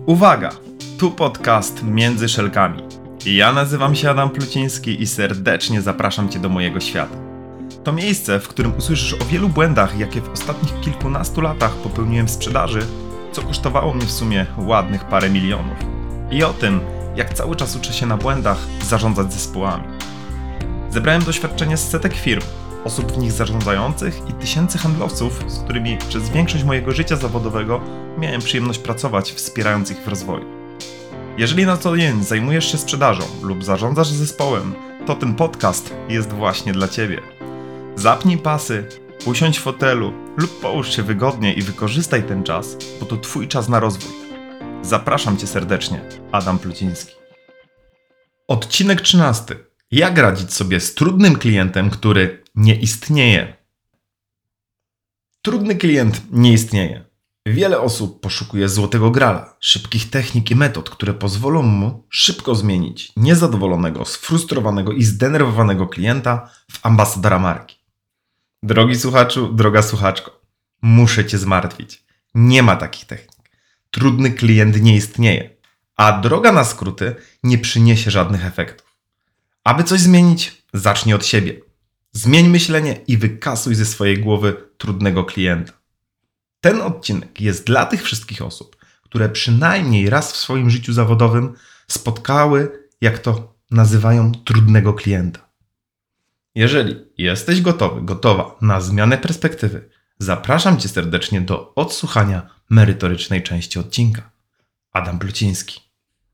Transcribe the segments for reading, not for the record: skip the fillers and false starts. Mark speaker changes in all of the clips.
Speaker 1: Uwaga! Tu podcast Między Szelkami. Ja nazywam się Adam Pluciński i serdecznie zapraszam Cię do mojego świata. To miejsce, w którym usłyszysz o wielu błędach, jakie w ostatnich kilkunastu latach popełniłem w sprzedaży, co kosztowało mnie w sumie ładnych parę milionów. I o tym, jak cały czas uczę się na błędach zarządzać zespołami. Zebrałem doświadczenie z setek firm, osób w nich zarządzających i tysięcy handlowców, z którymi przez większość mojego życia zawodowego miałem przyjemność pracować, wspierając ich w rozwoju. Jeżeli na co dzień zajmujesz się sprzedażą lub zarządzasz zespołem, to ten podcast jest właśnie dla Ciebie. Zapnij pasy, usiądź w fotelu lub połóż się wygodnie i wykorzystaj ten czas, bo to Twój czas na rozwój. Zapraszam Cię serdecznie, Adam Pluciński. Odcinek 13. Jak radzić sobie z trudnym klientem, który nie istnieje? Trudny klient nie istnieje. Wiele osób poszukuje złotego grala, szybkich technik i metod, które pozwolą mu szybko zmienić niezadowolonego, sfrustrowanego i zdenerwowanego klienta w ambasadora marki. Drogi słuchaczu, droga słuchaczko, muszę Cię zmartwić. Nie ma takich technik. Trudny klient nie istnieje, a droga na skróty nie przyniesie żadnych efektów. Aby coś zmienić, zacznij od siebie. Zmień myślenie i wykasuj ze swojej głowy trudnego klienta. Ten odcinek jest dla tych wszystkich osób, które przynajmniej raz w swoim życiu zawodowym spotkały, jak to nazywają, trudnego klienta. Jeżeli jesteś gotowy, gotowa na zmianę perspektywy, zapraszam Cię serdecznie do odsłuchania merytorycznej części odcinka. Adam Pluciński.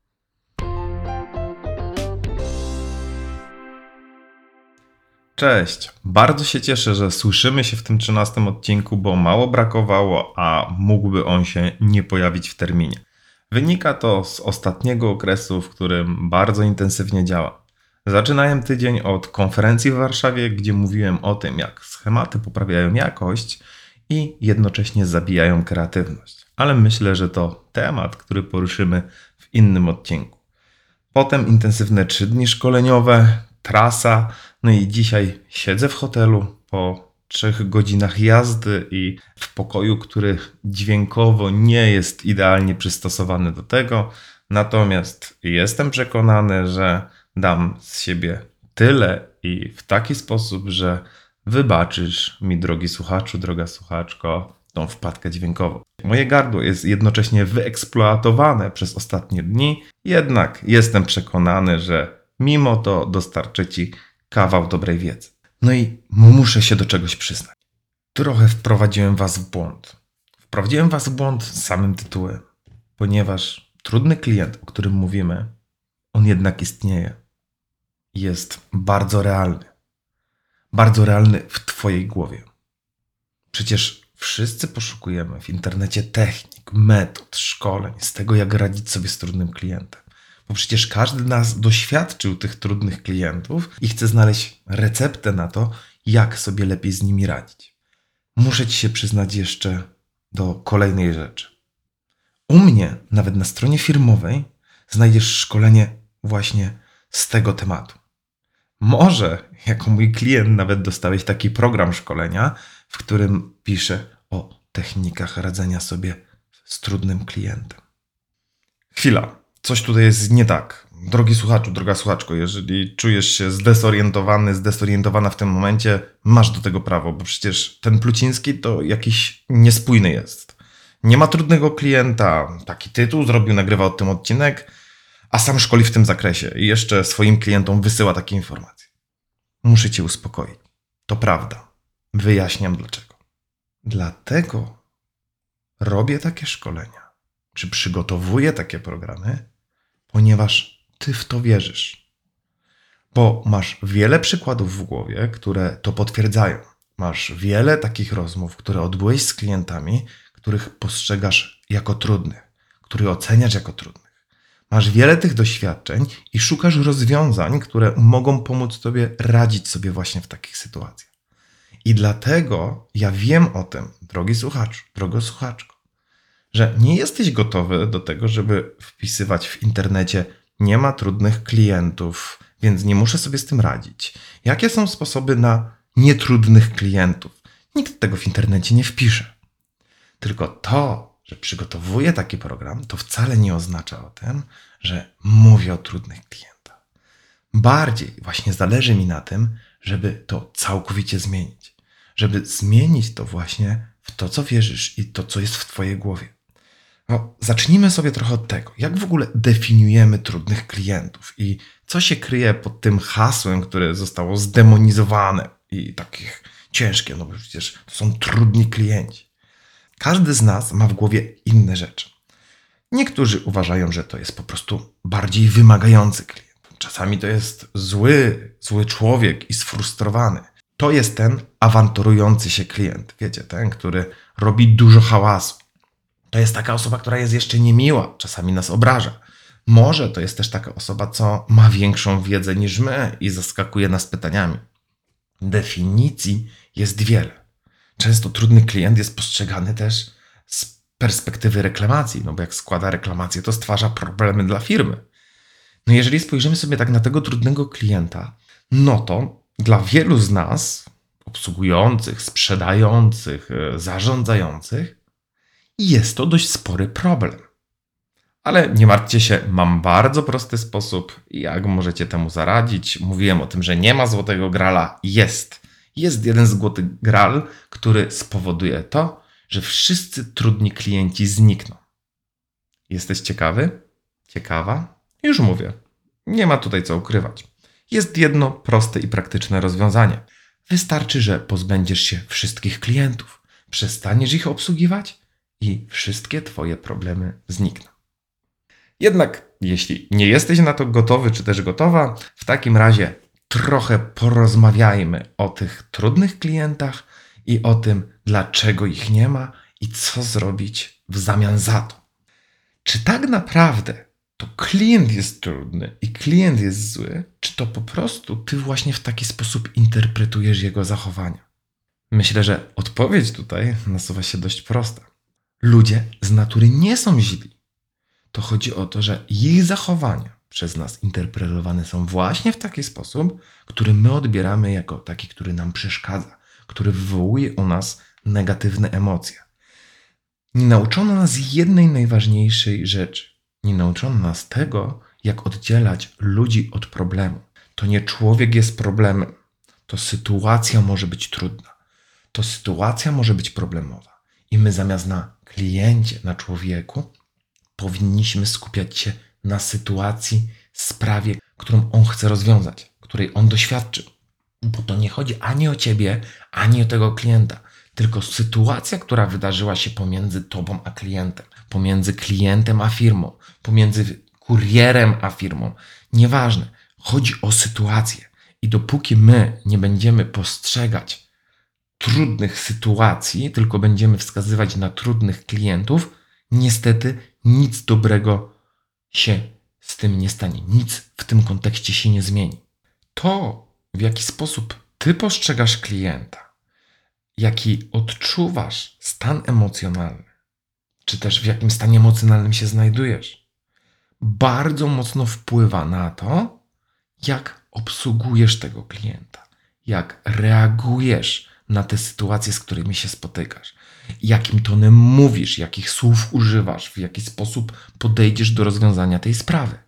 Speaker 1: Cześć, bardzo się cieszę, że słyszymy się w tym 13 odcinku, bo mało brakowało, a mógłby on się nie pojawić w terminie. Wynika to z ostatniego okresu, w którym bardzo intensywnie działam. Zaczynałem tydzień od konferencji w Warszawie, gdzie mówiłem o tym, jak schematy poprawiają jakość i jednocześnie zabijają kreatywność. Ale myślę, że to temat, który poruszymy w innym odcinku. Potem intensywne 3 dni szkoleniowe, trasa, no i dzisiaj siedzę w hotelu po 3 godzinach jazdy i w pokoju, który dźwiękowo nie jest idealnie przystosowany do tego, natomiast jestem przekonany, że dam z siebie tyle i w taki sposób, że wybaczysz mi, drogi słuchaczu, droga słuchaczko, tą wpadkę dźwiękową. Moje gardło jest jednocześnie wyeksploatowane przez ostatnie dni, jednak jestem przekonany, że mimo to dostarczę Ci kawał dobrej wiedzy. No i muszę się do czegoś przyznać. Trochę wprowadziłem Was w błąd. Wprowadziłem Was w błąd samym tytułem, ponieważ trudny klient, o którym mówimy, on jednak istnieje. Jest bardzo realny. Bardzo realny w Twojej głowie. Przecież wszyscy poszukujemy w internecie technik, metod, szkoleń z tego, jak radzić sobie z trudnym klientem. Bo przecież każdy z nas doświadczył tych trudnych klientów i chce znaleźć receptę na to, jak sobie lepiej z nimi radzić. Muszę Ci się przyznać jeszcze do kolejnej rzeczy. U mnie, nawet na stronie firmowej, znajdziesz szkolenie właśnie z tego tematu. Może jako mój klient nawet dostałeś taki program szkolenia, w którym piszę o technikach radzenia sobie z trudnym klientem. Chwila. Coś tutaj jest nie tak. Drogi słuchaczu, droga słuchaczko, jeżeli czujesz się zdezorientowany, zdezorientowana w tym momencie, masz do tego prawo, bo przecież ten Pluciński to jakiś niespójny jest. Nie ma trudnego klienta, taki tytuł zrobił, nagrywa o tym odcinek, a sam szkoli w tym zakresie i jeszcze swoim klientom wysyła takie informacje. Muszę Cię uspokoić. To prawda. Wyjaśniam dlaczego. Dlatego robię takie szkolenia, czy przygotowuję takie programy, ponieważ Ty w to wierzysz. Bo masz wiele przykładów w głowie, które to potwierdzają. Masz wiele takich rozmów, które odbyłeś z klientami, których postrzegasz jako trudnych, których oceniasz jako trudnych. Masz wiele tych doświadczeń i szukasz rozwiązań, które mogą pomóc Tobie radzić sobie właśnie w takich sytuacjach. I dlatego ja wiem o tym, drogi słuchaczu, drogo słuchaczko, że nie jesteś gotowy do tego, żeby wpisywać w internecie nie ma trudnych klientów, więc nie muszę sobie z tym radzić. Jakie są sposoby na nietrudnych klientów? Nikt tego w internecie nie wpisze. Tylko to, że przygotowuję taki program, to wcale nie oznacza o tym, że mówię o trudnych klientach. Bardziej właśnie zależy mi na tym, żeby to całkowicie zmienić. Żeby zmienić to właśnie w to, co wierzysz i to, co jest w twojej głowie. No, zacznijmy sobie trochę od tego, jak w ogóle definiujemy trudnych klientów i co się kryje pod tym hasłem, które zostało zdemonizowane i takich ciężkie, no bo przecież to są trudni klienci. Każdy z nas ma w głowie inne rzeczy. Niektórzy uważają, że to jest po prostu bardziej wymagający klient. Czasami to jest zły człowiek i sfrustrowany. To jest ten awanturujący się klient, wiecie, ten, który robi dużo hałasu. To jest taka osoba, która jest jeszcze niemiła, czasami nas obraża. Może to jest też taka osoba, co ma większą wiedzę niż my i zaskakuje nas pytaniami. Definicji jest wiele. Często trudny klient jest postrzegany też z perspektywy reklamacji, no bo jak składa reklamację, to stwarza problemy dla firmy. No jeżeli spojrzymy sobie tak na tego trudnego klienta, no to dla wielu z nas, obsługujących, sprzedających, zarządzających, jest to dość spory problem. Ale nie martwcie się, mam bardzo prosty sposób, jak możecie temu zaradzić. Mówiłem o tym, że nie ma złotego grala. Jest jeden złoty gral, który spowoduje to, że wszyscy trudni klienci znikną. Jesteś ciekawy? Ciekawa? Już mówię. Nie ma tutaj co ukrywać. Jest jedno proste i praktyczne rozwiązanie. Wystarczy, że pozbędziesz się wszystkich klientów, przestaniesz ich obsługiwać i wszystkie twoje problemy znikną. Jednak jeśli nie jesteś na to gotowy czy też gotowa, w takim razie trochę porozmawiajmy o tych trudnych klientach i o tym, dlaczego ich nie ma i co zrobić w zamian za to. Czy tak naprawdę to klient jest trudny i klient jest zły, czy to po prostu ty właśnie w taki sposób interpretujesz jego zachowania? Myślę, że odpowiedź tutaj nasuwa się dość prosta. Ludzie z natury nie są źli. To chodzi o to, że ich zachowania przez nas interpretowane są właśnie w taki sposób, który my odbieramy jako taki, który nam przeszkadza, który wywołuje u nas negatywne emocje. Nie nauczono nas jednej najważniejszej rzeczy. Nie nauczono nas tego, jak oddzielać ludzi od problemu. To nie człowiek jest problemem. To sytuacja może być trudna. To sytuacja może być problemowa. I my zamiast na kliencie, na człowieku, powinniśmy skupiać się na sytuacji, sprawie, którą on chce rozwiązać, której on doświadczył. Bo to nie chodzi ani o ciebie, ani o tego klienta, tylko sytuacja, która wydarzyła się pomiędzy tobą a klientem, pomiędzy klientem a firmą, pomiędzy kurierem a firmą. Nieważne, chodzi o sytuację. I dopóki my nie będziemy postrzegać trudnych sytuacji, tylko będziemy wskazywać na trudnych klientów, niestety nic dobrego się z tym nie stanie. Nic w tym kontekście się nie zmieni. To, w jaki sposób ty postrzegasz klienta, jaki odczuwasz stan emocjonalny, czy też w jakim stanie emocjonalnym się znajdujesz, bardzo mocno wpływa na to, jak obsługujesz tego klienta, jak reagujesz na te sytuacje, z którymi się spotykasz, jakim tonem mówisz, jakich słów używasz, w jaki sposób podejdziesz do rozwiązania tej sprawy.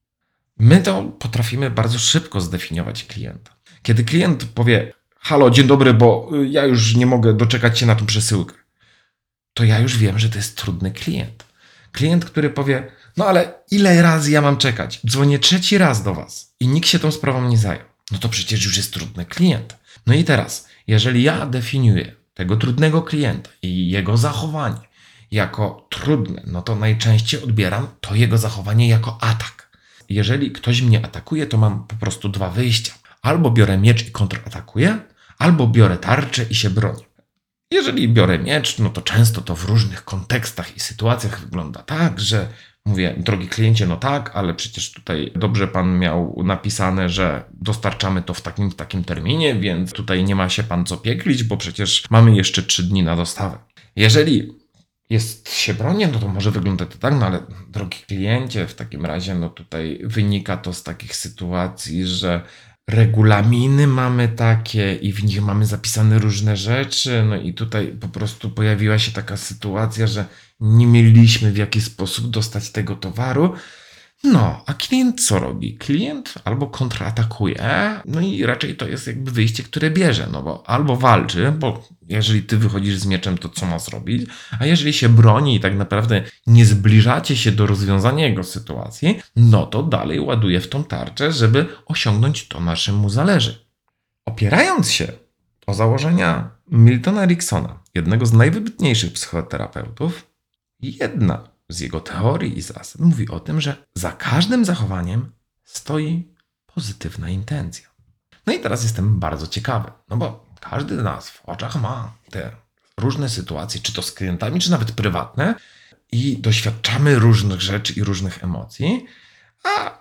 Speaker 1: My to potrafimy bardzo szybko zdefiniować klienta. Kiedy klient powie: halo, dzień dobry, bo ja już nie mogę doczekać się na tą przesyłkę, to ja już wiem, że to jest trudny klient. Klient, który powie: no ale ile razy ja mam czekać? Dzwonię 3. raz do was i nikt się tą sprawą nie zajął. No to przecież już jest trudny klient. No i teraz, jeżeli ja definiuję tego trudnego klienta i jego zachowanie jako trudne, no to najczęściej odbieram to jego zachowanie jako atak. Jeżeli ktoś mnie atakuje, to mam po prostu 2 wyjścia. Albo biorę miecz i kontratakuję, albo biorę tarczę i się bronię. Jeżeli biorę miecz, no to często to w różnych kontekstach i sytuacjach wygląda tak, że mówię: drogi kliencie, no tak, ale przecież tutaj dobrze pan miał napisane, że dostarczamy to w takim terminie, więc tutaj nie ma się pan co pieklić, bo przecież mamy jeszcze 3 dni na dostawę. Jeżeli się bronię, no to może wygląda to tak, no ale drogi kliencie, w takim razie no tutaj wynika to z takich sytuacji, że regulaminy mamy takie i w nich mamy zapisane różne rzeczy, no i tutaj po prostu pojawiła się taka sytuacja, że nie mieliśmy w jaki sposób dostać tego towaru. No, a klient co robi? Klient albo kontratakuje, no i raczej to jest jakby wyjście, które bierze, no bo albo walczy, bo jeżeli ty wychodzisz z mieczem, to co ma zrobić? A jeżeli się broni i tak naprawdę nie zbliżacie się do rozwiązania jego sytuacji, no to dalej ładuje w tą tarczę, żeby osiągnąć to, na czym mu zależy. Opierając się o założenia Miltona Ericksona, jednego z najwybitniejszych psychoterapeutów, jedna z jego teorii i zasad mówi o tym, że za każdym zachowaniem stoi pozytywna intencja. No i teraz jestem bardzo ciekawy, no bo każdy z nas w oczach ma te różne sytuacje, czy to z klientami, czy nawet prywatne, i doświadczamy różnych rzeczy i różnych emocji, a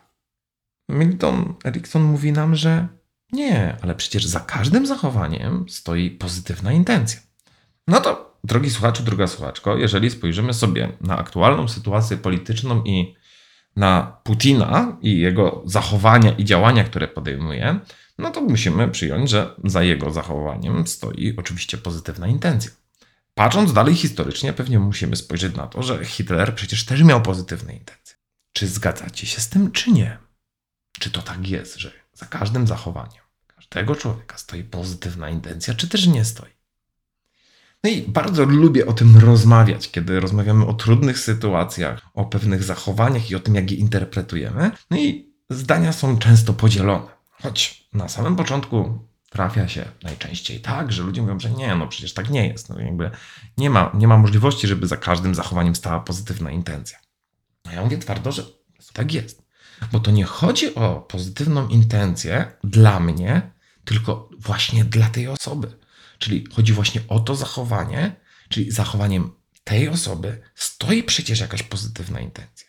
Speaker 1: Milton Erickson mówi nam, że nie, ale przecież za każdym zachowaniem stoi pozytywna intencja. No to, drogi słuchaczu, droga słuchaczko, jeżeli spojrzymy sobie na aktualną sytuację polityczną i na Putina i jego zachowania i działania, które podejmuje, no to musimy przyjąć, że za jego zachowaniem stoi oczywiście pozytywna intencja. Patrząc dalej historycznie, pewnie musimy spojrzeć na to, że Hitler przecież też miał pozytywne intencje. Czy zgadzacie się z tym, czy nie? Czy to tak jest, że za każdym zachowaniem każdego człowieka stoi pozytywna intencja, czy też nie stoi? No i bardzo lubię o tym rozmawiać, kiedy rozmawiamy o trudnych sytuacjach, o pewnych zachowaniach i o tym, jak je interpretujemy. No i zdania są często podzielone. Choć na samym początku trafia się najczęściej tak, że ludzie mówią, że nie, no przecież tak nie jest. No jakby nie ma możliwości, żeby za każdym zachowaniem stała pozytywna intencja. No ja mówię twardo, że tak jest. Bo to nie chodzi o pozytywną intencję dla mnie, tylko właśnie dla tej osoby. Czyli chodzi właśnie o to zachowanie, czyli zachowaniem tej osoby stoi przecież jakaś pozytywna intencja.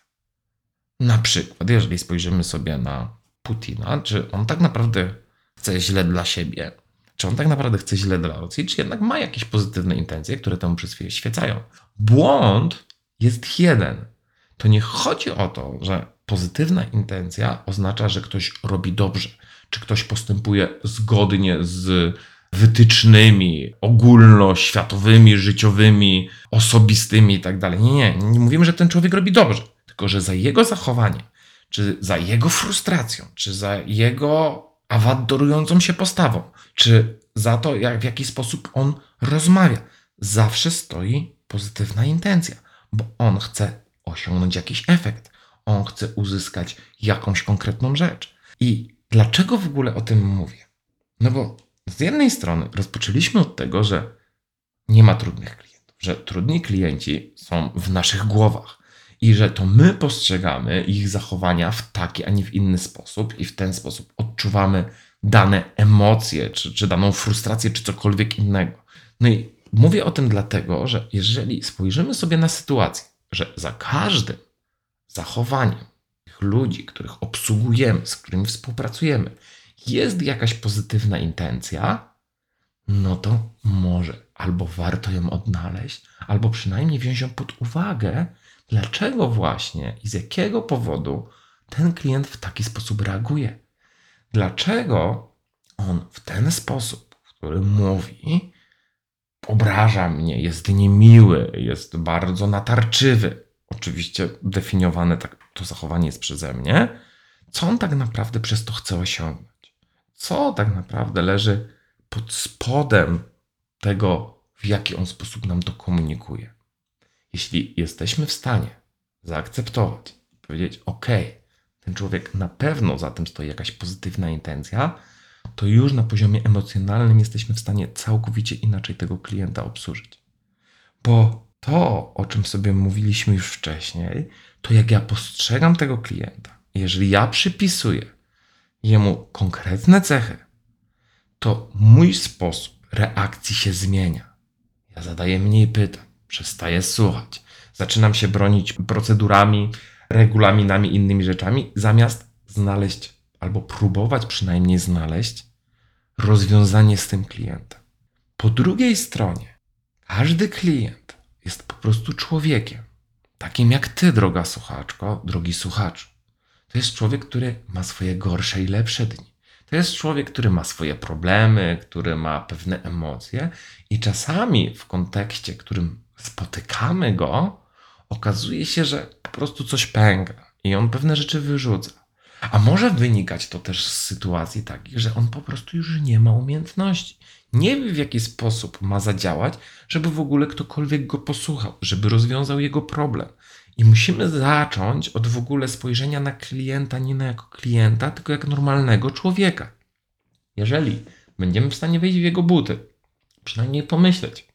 Speaker 1: Na przykład, jeżeli spojrzymy sobie na Putina, czy on tak naprawdę chce źle dla siebie, czy on tak naprawdę chce źle dla Rosji, czy jednak ma jakieś pozytywne intencje, które temu przyświecają. Błąd jest jeden. To nie chodzi o to, że pozytywna intencja oznacza, że ktoś robi dobrze, czy ktoś postępuje zgodnie z wytycznymi ogólnoświatowymi, życiowymi, osobistymi i tak dalej. Nie mówimy, że ten człowiek robi dobrze, tylko że za jego zachowaniem, czy za jego frustracją, czy za jego awanturującą się postawą, czy za to, w jaki sposób on rozmawia, zawsze stoi pozytywna intencja, bo on chce osiągnąć jakiś efekt, on chce uzyskać jakąś konkretną rzecz. I dlaczego w ogóle o tym mówię? No bo z jednej strony rozpoczęliśmy od tego, że nie ma trudnych klientów, że trudni klienci są w naszych głowach i że to my postrzegamy ich zachowania w taki, a nie w inny sposób i w ten sposób odczuwamy dane emocje, czy daną frustrację, czy cokolwiek innego. No i mówię o tym dlatego, że jeżeli spojrzymy sobie na sytuację, że za każdym zachowaniem tych ludzi, których obsługujemy, z którymi współpracujemy, jest jakaś pozytywna intencja, no to może albo warto ją odnaleźć, albo przynajmniej wziąć ją pod uwagę, dlaczego właśnie i z jakiego powodu ten klient w taki sposób reaguje. Dlaczego on w ten sposób, w którym mówi, obraża mnie, jest niemiły, jest bardzo natarczywy. Oczywiście definiowane tak to zachowanie jest przeze mnie. Co on tak naprawdę przez to chce osiągnąć? Co tak naprawdę leży pod spodem tego, w jaki on sposób nam to komunikuje? Jeśli jesteśmy w stanie zaakceptować, powiedzieć, ok, ten człowiek na pewno za tym stoi jakaś pozytywna intencja, to już na poziomie emocjonalnym jesteśmy w stanie całkowicie inaczej tego klienta obsłużyć. Bo to, o czym sobie mówiliśmy już wcześniej, to jak ja postrzegam tego klienta, jeżeli ja przypisuję jemu konkretne cechy, to mój sposób reakcji się zmienia. Ja zadaję mniej pytań, przestaję słuchać, zaczynam się bronić procedurami, regulaminami, innymi rzeczami, zamiast znaleźć albo próbować przynajmniej znaleźć rozwiązanie z tym klientem. Po drugiej stronie, każdy klient jest po prostu człowiekiem, takim jak ty, droga słuchaczko, drogi słuchaczu. To jest człowiek, który ma swoje gorsze i lepsze dni. To To jest człowiek, który ma swoje problemy, który ma pewne emocje i czasami w kontekście, w którym spotykamy go, okazuje się, że po prostu coś pęka i on pewne rzeczy wyrzuca. A może wynikać to też z sytuacji takich, że on po prostu już nie ma umiejętności. Nie wie, w jaki sposób ma zadziałać, żeby w ogóle ktokolwiek go posłuchał, żeby rozwiązał jego problem. I musimy zacząć od w ogóle spojrzenia na klienta nie jako klienta, tylko jak normalnego człowieka. Jeżeli będziemy w stanie wejść w jego buty, przynajmniej pomyśleć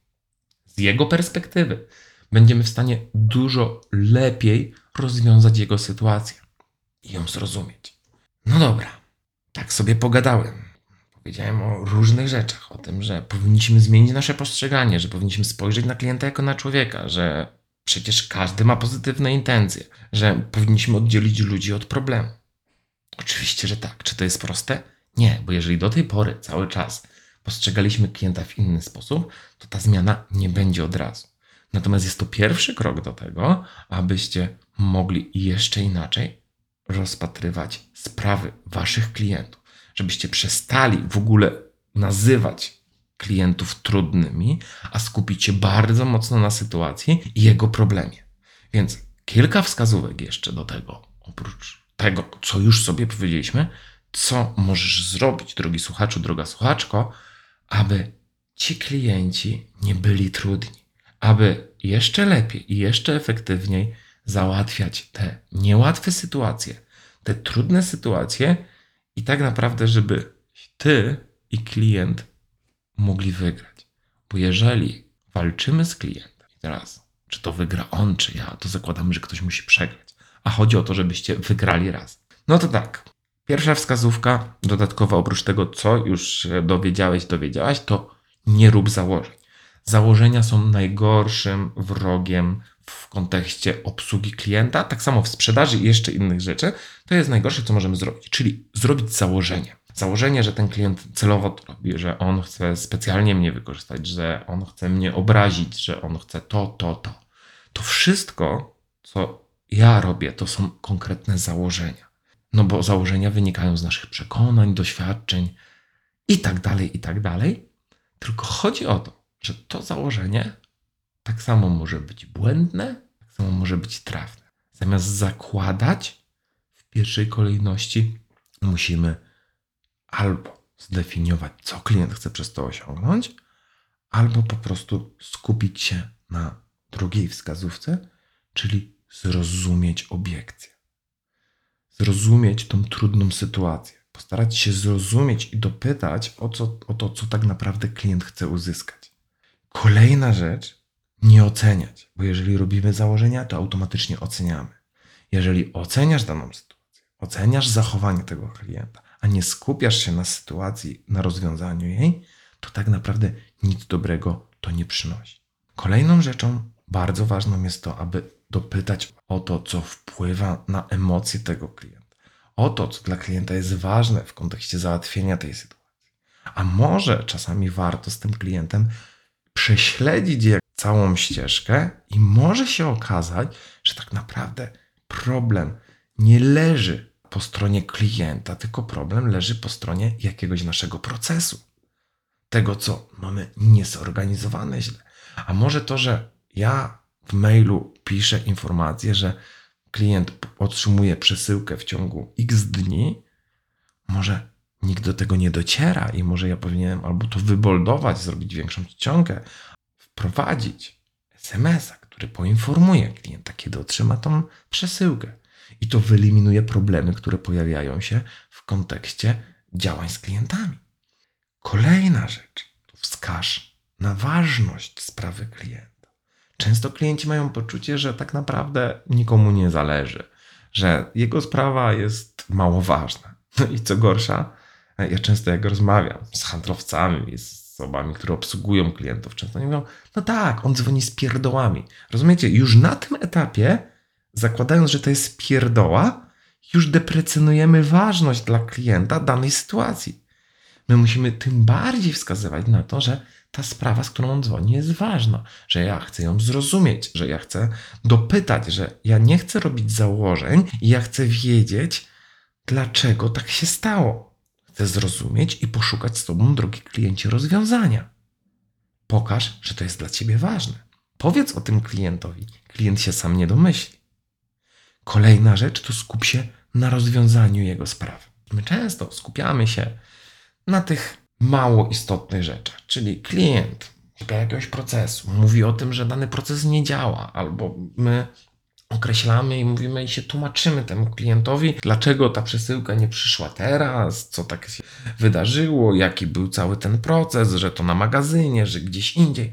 Speaker 1: z jego perspektywy, będziemy w stanie dużo lepiej rozwiązać jego sytuację i ją zrozumieć. No dobra, tak sobie pogadałem. Powiedziałem o różnych rzeczach, o tym, że powinniśmy zmienić nasze postrzeganie, że powinniśmy spojrzeć na klienta jako na człowieka, że przecież każdy ma pozytywne intencje, że powinniśmy oddzielić ludzi od problemu. Oczywiście, że tak. Czy to jest proste? Nie, bo jeżeli do tej pory cały czas postrzegaliśmy klienta w inny sposób, to ta zmiana nie będzie od razu. Natomiast jest to pierwszy krok do tego, abyście mogli jeszcze inaczej rozpatrywać sprawy waszych klientów. Żebyście przestali w ogóle nazywać klientów trudnymi, a skupić się bardzo mocno na sytuacji i jego problemie. Więc kilka wskazówek jeszcze do tego, oprócz tego, co już sobie powiedzieliśmy, co możesz zrobić, drogi słuchaczu, droga słuchaczko, aby ci klienci nie byli trudni, aby jeszcze lepiej i jeszcze efektywniej załatwiać te niełatwe sytuacje, te trudne sytuacje i tak naprawdę, żeby ty i klient mogli wygrać. Bo jeżeli walczymy z klientem i teraz, czy to wygra on, czy ja, to zakładamy, że ktoś musi przegrać. A chodzi o to, żebyście wygrali raz. No to tak. Pierwsza wskazówka dodatkowa, oprócz tego, co już się dowiedziałaś, to nie rób założeń. Założenia są najgorszym wrogiem w kontekście obsługi klienta, tak samo w sprzedaży i jeszcze innych rzeczy. To jest najgorsze, co możemy zrobić, czyli zrobić założenie. Założenie, że ten klient celowo to robi, że on chce specjalnie mnie wykorzystać, że on chce mnie obrazić, że on chce to. To wszystko, co ja robię, to są konkretne założenia. No bo założenia wynikają z naszych przekonań, doświadczeń i tak dalej. Tylko chodzi o to, że to założenie tak samo może być błędne, tak samo może być trafne. Zamiast zakładać, w pierwszej kolejności musimy albo zdefiniować, co klient chce przez to osiągnąć, albo po prostu skupić się na drugiej wskazówce, czyli zrozumieć obiekcję. Zrozumieć tą trudną sytuację. Postarać się zrozumieć i dopytać o to, co tak naprawdę klient chce uzyskać. Kolejna rzecz, nie oceniać, bo jeżeli robimy założenia, to automatycznie oceniamy. Jeżeli oceniasz daną sytuację, oceniasz zachowanie tego klienta, a nie skupiasz się na sytuacji, na rozwiązaniu jej, to tak naprawdę nic dobrego to nie przynosi. Kolejną rzeczą bardzo ważną jest to, aby dopytać o to, co wpływa na emocje tego klienta. O to, co dla klienta jest ważne w kontekście załatwienia tej sytuacji. A może czasami warto z tym klientem prześledzić całą ścieżkę i może się okazać, że tak naprawdę problem nie leży po stronie klienta, tylko problem leży po stronie jakiegoś naszego procesu. Tego, co mamy niezorganizowane źle. A może to, że ja w mailu piszę informację, że klient otrzymuje przesyłkę w ciągu x dni, może nikt do tego nie dociera i może ja powinienem albo to wyboldować, zrobić większą czcionkę, wprowadzić SMS-a, który poinformuje klienta, kiedy otrzyma tą przesyłkę. I to wyeliminuje problemy, które pojawiają się w kontekście działań z klientami. Kolejna rzecz, to wskaż na ważność sprawy klienta. Często klienci mają poczucie, że tak naprawdę nikomu nie zależy, że jego sprawa jest mało ważna. No i co gorsza, ja często jak rozmawiam z handlowcami, z osobami, które obsługują klientów, często oni mówią, no tak, on dzwoni z pierdołami. Rozumiecie, już na tym etapie, zakładając, że to jest pierdoła, już deprecjonujemy ważność dla klienta danej sytuacji. My musimy tym bardziej wskazywać na to, że ta sprawa, z którą on dzwoni, jest ważna, że ja chcę ją zrozumieć, że ja chcę dopytać, że ja nie chcę robić założeń i ja chcę wiedzieć, dlaczego tak się stało. Chcę zrozumieć i poszukać z tobą, drogi kliencie, rozwiązania. Pokaż, że to jest dla ciebie ważne. Powiedz o tym klientowi. Klient się sam nie domyśli. Kolejna rzecz to skup się na rozwiązaniu jego sprawy. My często skupiamy się na tych mało istotnych rzeczach, czyli klient szuka jakiegoś procesu, mówi o tym, że dany proces nie działa, albo my określamy i mówimy i się tłumaczymy temu klientowi, dlaczego ta przesyłka nie przyszła teraz, co tak się wydarzyło, jaki był cały ten proces, że to na magazynie, że gdzieś indziej.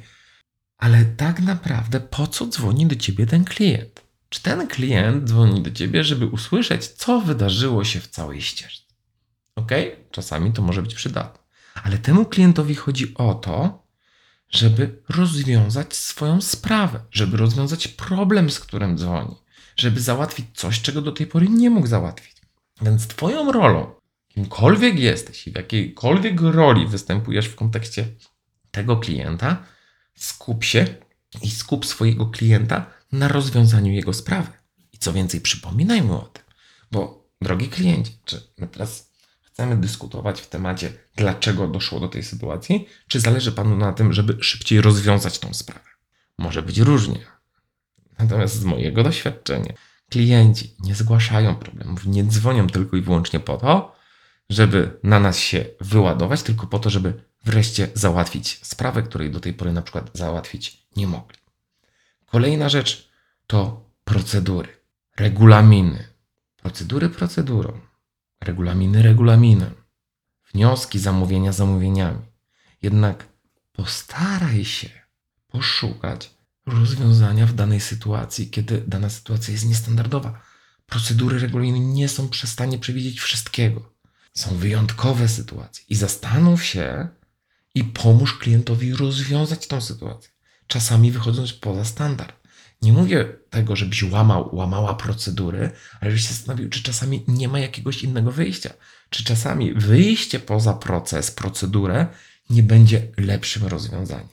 Speaker 1: Ale tak naprawdę po co dzwoni do ciebie ten klient? Czy ten klient dzwoni do ciebie, żeby usłyszeć, co wydarzyło się w całej ścieżce? Ok? Czasami to może być przydatne. Ale temu klientowi chodzi o to, żeby rozwiązać swoją sprawę, żeby rozwiązać problem, z którym dzwoni, żeby załatwić coś, czego do tej pory nie mógł załatwić. Więc twoją rolą, kimkolwiek jesteś i w jakiejkolwiek roli występujesz w kontekście tego klienta, skup się i skup swojego klienta na rozwiązaniu jego sprawy. I co więcej, przypominaj mu o tym, bo drogi kliencie, czy my teraz chcemy dyskutować w temacie, dlaczego doszło do tej sytuacji, czy zależy panu na tym, żeby szybciej rozwiązać tą sprawę? Może być różnie. Natomiast z mojego doświadczenia klienci nie zgłaszają problemów, nie dzwonią tylko i wyłącznie po to, żeby na nas się wyładować, tylko po to, żeby wreszcie załatwić sprawę, której do tej pory na przykład załatwić nie mogli. Kolejna rzecz to procedury, regulaminy. Procedury procedurą, regulaminy regulaminem, wnioski, zamówienia zamówieniami. Jednak postaraj się poszukać rozwiązania w danej sytuacji, kiedy dana sytuacja jest niestandardowa. Procedury regulaminy nie są w stanie przewidzieć wszystkiego. Są wyjątkowe sytuacje i zastanów się i pomóż klientowi rozwiązać tą sytuację. Czasami wychodząc poza standard. Nie mówię tego, żebyś łamała procedury, ale żebyś się zastanowił, czy czasami nie ma jakiegoś innego wyjścia. Czy czasami wyjście poza proces, procedurę nie będzie lepszym rozwiązaniem.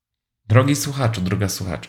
Speaker 1: Drogi słuchaczu, droga słuchaczu,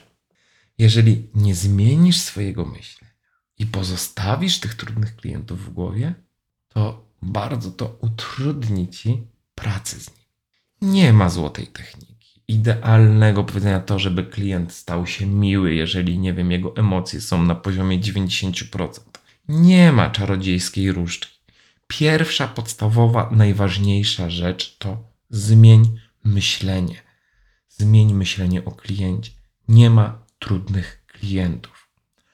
Speaker 1: jeżeli nie zmienisz swojego myślenia i pozostawisz tych trudnych klientów w głowie, to bardzo to utrudni ci pracę z nimi. Nie ma złotej techniki, idealnego powiedzenia to, żeby klient stał się miły, jeżeli, nie wiem, jego emocje są na poziomie 90%. Nie ma czarodziejskiej różdżki. Pierwsza, podstawowa, najważniejsza rzecz to zmień myślenie. Zmień myślenie o kliencie. Nie ma trudnych klientów.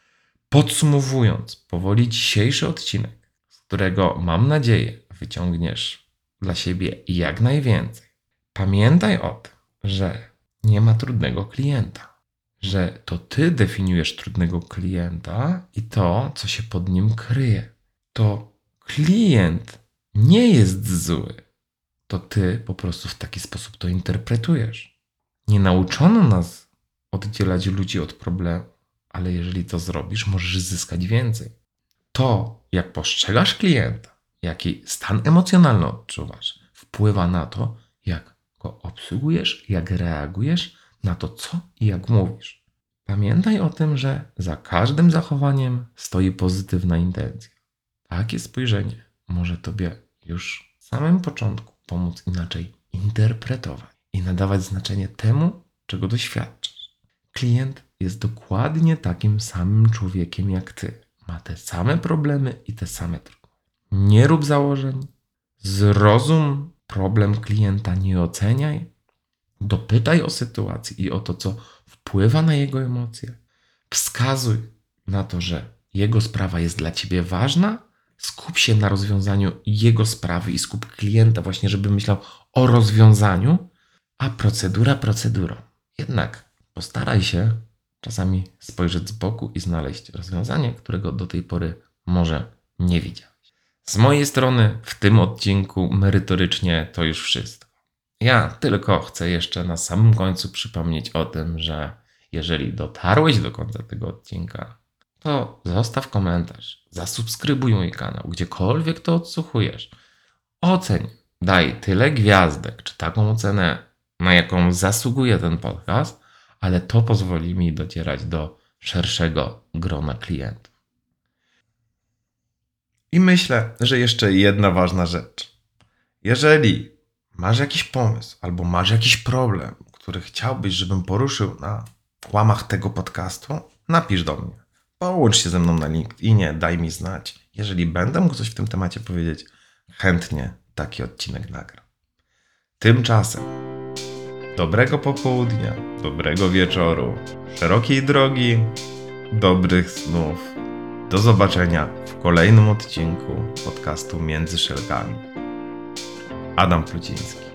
Speaker 1: Podsumowując powoli dzisiejszy odcinek, z którego mam nadzieję wyciągniesz dla siebie jak najwięcej. Pamiętaj o tym, że nie ma trudnego klienta, że to ty definiujesz trudnego klienta i to, co się pod nim kryje. To klient nie jest zły, to ty po prostu w taki sposób to interpretujesz. Nie nauczono nas oddzielać ludzi od problemu, ale jeżeli to zrobisz, możesz zyskać więcej. To, jak postrzegasz klienta, jaki stan emocjonalny odczuwasz, wpływa na to, jak go obsługujesz, jak reagujesz na to, co i jak mówisz. Pamiętaj o tym, że za każdym zachowaniem stoi pozytywna intencja. Takie spojrzenie może tobie już w samym początku pomóc inaczej interpretować i nadawać znaczenie temu, czego doświadczasz. Klient jest dokładnie takim samym człowiekiem jak ty. Ma te same problemy i te same trudności. Nie rób założeń, zrozum problem klienta, nie oceniaj, dopytaj o sytuację i o to, co wpływa na jego emocje. Wskazuj na to, że jego sprawa jest dla ciebie ważna, skup się na rozwiązaniu jego sprawy i skup klienta właśnie, żeby myślał o rozwiązaniu, a procedura procedurą. Jednak postaraj się czasami spojrzeć z boku i znaleźć rozwiązanie, którego do tej pory może nie widziałeś. Z mojej strony w tym odcinku merytorycznie to już wszystko. Ja tylko chcę jeszcze na samym końcu przypomnieć o tym, że jeżeli dotarłeś do końca tego odcinka, to zostaw komentarz, zasubskrybuj mój kanał, gdziekolwiek to odsłuchujesz. Oceń, daj tyle gwiazdek, czy taką ocenę, na jaką zasługuje ten podcast, ale to pozwoli mi docierać do szerszego grona klientów. I myślę, że jeszcze jedna ważna rzecz. Jeżeli masz jakiś pomysł albo masz jakiś problem, który chciałbyś, żebym poruszył na łamach tego podcastu, napisz do mnie. Połącz się ze mną na LinkedInie, daj mi znać. Jeżeli będę mógł coś w tym temacie powiedzieć, chętnie taki odcinek nagram. Tymczasem dobrego popołudnia, dobrego wieczoru, szerokiej drogi, dobrych snów. Do zobaczenia w kolejnym odcinku podcastu Między Szelkami. Adam Pluciński.